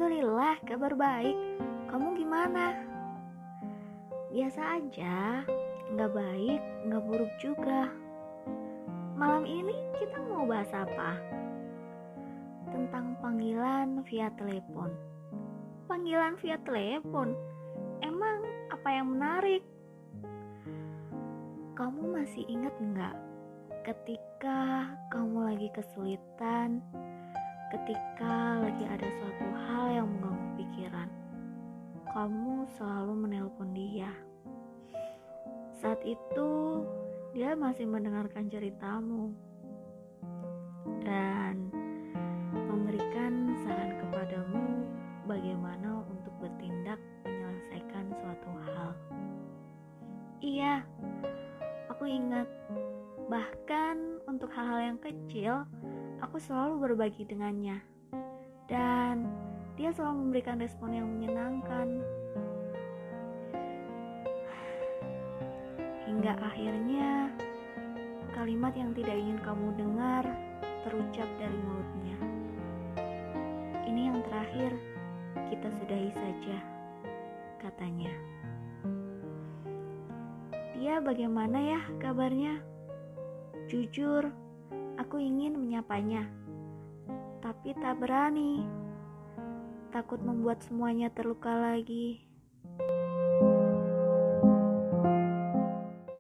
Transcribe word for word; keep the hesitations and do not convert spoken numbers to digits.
Alhamdulillah, kabar baik. Kamu gimana? Biasa aja, nggak baik, nggak buruk juga. Malam ini kita mau bahas apa? Tentang panggilan via telepon. Panggilan via telepon? Emang apa yang menarik? Kamu masih ingat nggak ketika kamu lagi kesulitan, ketika lagi ada suatu hal yang mengganggu pikiran, kamu selalu menelpon dia. Saat itu dia masih mendengarkan ceritamu dan memberikan saran kepadamu bagaimana untuk bertindak menyelesaikan suatu hal. Iya, aku ingat. Bahkan untuk hal-hal yang kecil, aku selalu berbagi dengannya. Dan dia selalu memberikan respon yang menyenangkan. Hingga akhirnya kalimat yang tidak ingin kamu dengar terucap dari mulutnya. Ini yang terakhir, kita sudahi saja, katanya. Dia bagaimana ya kabarnya? Jujur, aku ingin menyapanya, tapi tak berani. Takut membuat semuanya terluka lagi.